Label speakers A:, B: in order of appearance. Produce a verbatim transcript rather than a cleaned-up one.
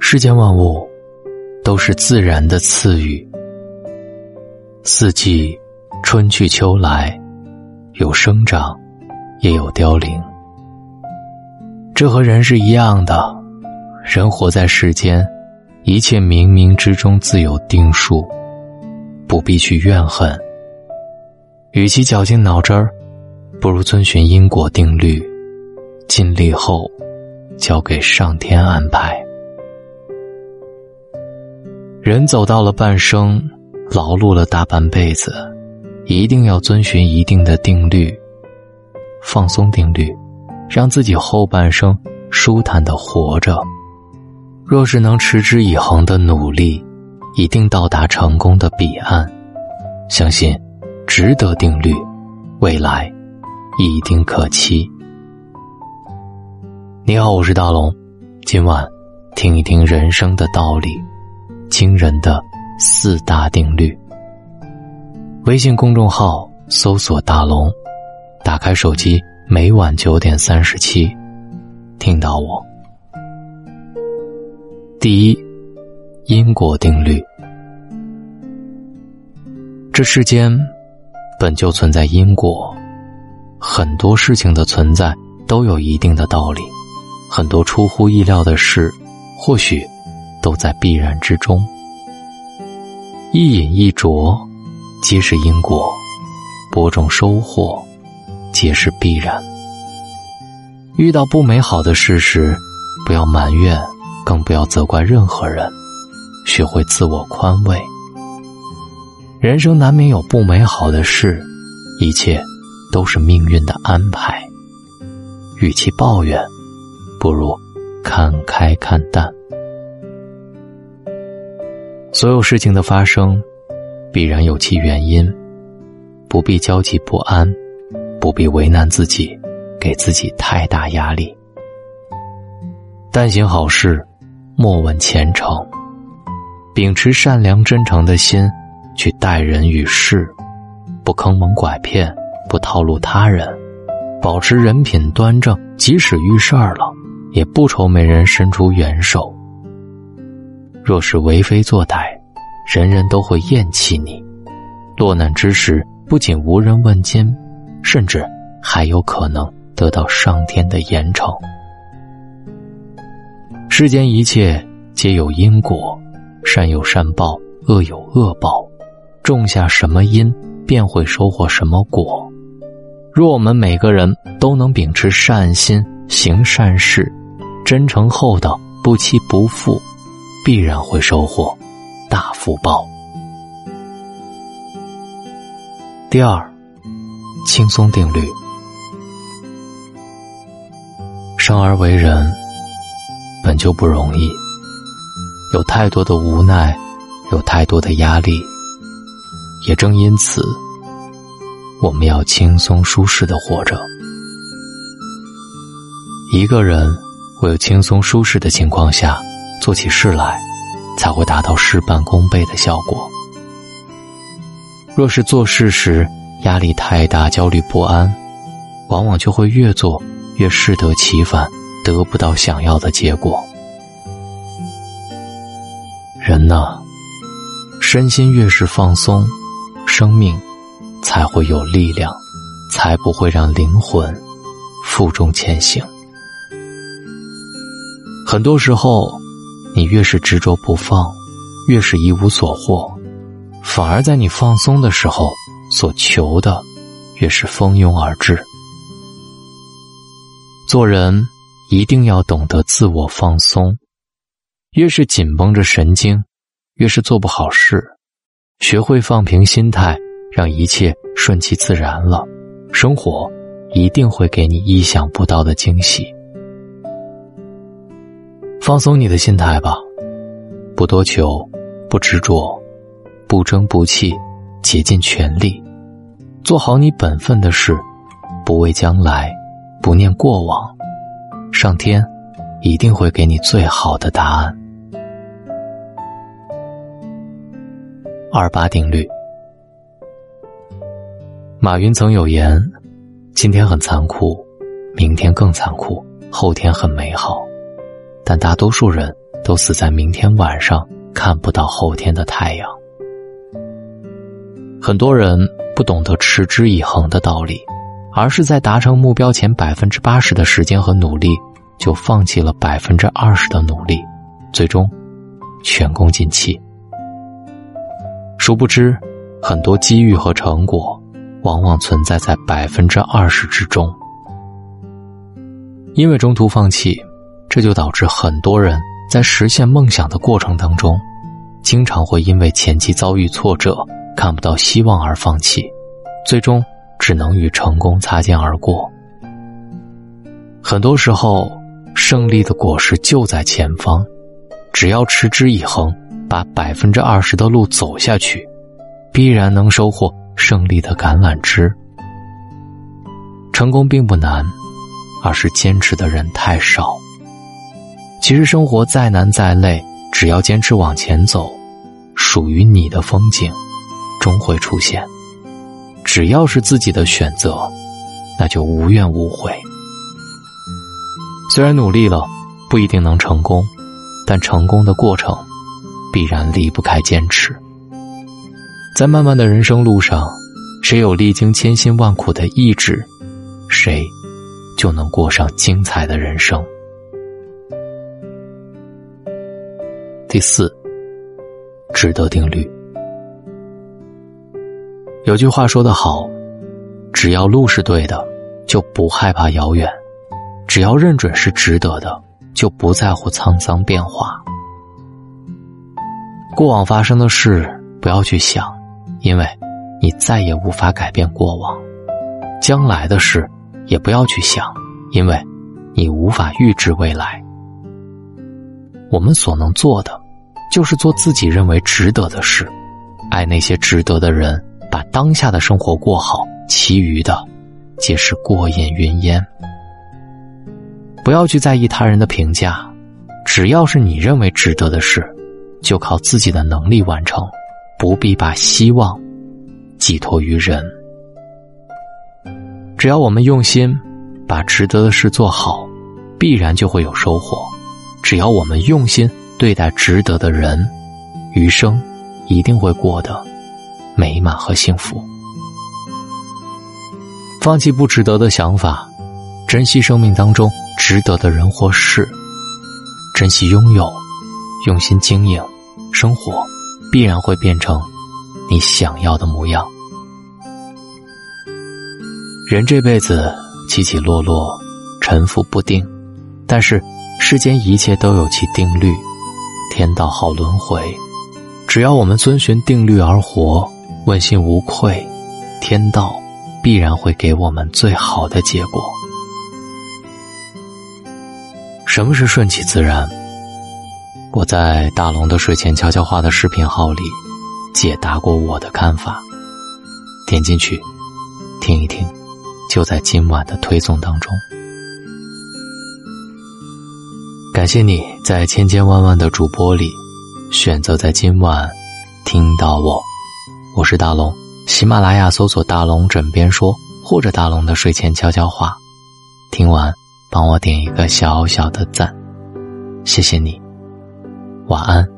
A: 世间万物都是自然的赐予，四季春去秋来，有生长也有凋零。这和人是一样的，人活在世间，一切冥冥之中自有定数，不必去怨恨。与其绞尽脑汁儿，不如遵循因果定律，尽力后交给上天安排。人走到了半生，劳碌了大半辈子，一定要遵循一定的定律，放松定律，让自己后半生舒坦地活着。若是能持之以恒的努力，一定到达成功的彼岸。相信值得定律，未来一定可期。你好，我是大龙，今晚听一听人生的道理，惊人的四大定律。微信公众号搜索大龙，打开手机，每晚九点三十七，听到我。第一，因果定律。这世间本就存在因果，很多事情的存在都有一定的道理，很多出乎意料的事或许都在必然之中。一饮一啄皆是因果，播种收获皆是必然。遇到不美好的事时，不要埋怨，更不要责怪任何人，学会自我宽慰。人生难免有不美好的事，一切都是命运的安排。与其抱怨，不如看开看淡。所有事情的发生必然有其原因，不必焦急不安，不必为难自己，给自己太大压力。但行好事，莫问前程，秉持善良真诚的心去待人与事，不坑蒙拐骗，不套路他人，保持人品端正，即使遇事儿了，也不愁没人伸出援手。若是为非作歹，人人都会厌弃你，落难之时不仅无人问津，甚至还有可能得到上天的严惩。世间一切皆有因果，善有善报，恶有恶报，种下什么因，便会收获什么果。若我们每个人都能秉持善心，行善事，真诚厚道，不欺不负，必然会收获大福报。第二，轻松定律。生而为人本就不容易，有太多的无奈，有太多的压力，也正因此我们要轻松舒适地活着。一个人唯有轻松舒适的情况下做起事来，才会达到事半功倍的效果。若是做事时压力太大，焦虑不安，往往就会越做越适得其反，得不到想要的结果。人呢，身心越是放松，生命才会有力量，才不会让灵魂负重前行。很多时候，你越是执着不放，越是一无所获，反而在你放松的时候，所求的越是蜂拥而至。做人一定要懂得自我放松，越是紧绷着神经，越是做不好事。学会放平心态，让一切顺其自然了，生活一定会给你意想不到的惊喜。放松你的心态吧，不多求，不执着，不争不气，竭尽全力，做好你本分的事，不畏将来，不念过往，上天一定会给你最好的答案。二八定律。马云曾有言，今天很残酷，明天更残酷，后天很美好。 但大多数人都死在明天晚上看不到后天的太阳。很多人不懂得持之以恒的道理，而是在达成目标前 百分之八十 的时间和努力，就放弃了 百分之二十 的努力，最终前功尽弃。殊不知，很多机遇和成果往往存在在 百分之二十 之中。因为中途放弃，这就导致很多人在实现梦想的过程当中，经常会因为前期遭遇挫折，看不到希望而放弃，最终只能与成功擦肩而过。很多时候，胜利的果实就在前方，只要持之以恒，把 百分之二十 的路走下去，必然能收获胜利的橄榄枝。成功并不难，而是坚持的人太少。其实生活再难再累，只要坚持往前走，属于你的风景终会出现。只要是自己的选择，那就无怨无悔。虽然努力了不一定能成功，但成功的过程必然离不开坚持。在漫漫的人生路上，谁有历经千辛万苦的意志，谁就能过上精彩的人生。第四，值得定律。有句话说得好，只要路是对的，就不害怕遥远；只要认准是值得的，就不在乎沧桑变化。过往发生的事不要去想，因为你再也无法改变过往；将来的事也不要去想，因为你无法预知未来。我们所能做的，就是做自己认为值得的事，爱那些值得的人，把当下的生活过好，其余的皆是过眼云烟。不要去在意他人的评价，只要是你认为值得的事，就靠自己的能力完成，不必把希望寄托于人。只要我们用心把值得的事做好，必然就会有收获。只要我们用心对待值得的人，余生一定会过得美满和幸福。放弃不值得的想法，珍惜生命当中值得的人或事，珍惜拥有，用心经营，生活必然会变成你想要的模样。人这辈子起起落落，沉浮不定，但是世间一切都有其定律，天道好轮回。只要我们遵循定律而活，问心无愧，天道必然会给我们最好的结果。什么是顺其自然？我在大龙的睡前悄悄话的视频号里解答过我的看法，点进去听一听，就在今晚的推送当中。感谢你在千千万万的主播里选择在今晚听到我。我是大龙，喜马拉雅搜索大龙枕边说或者大龙的睡前悄悄话，听完帮我点一个小小的赞，谢谢你，晚安。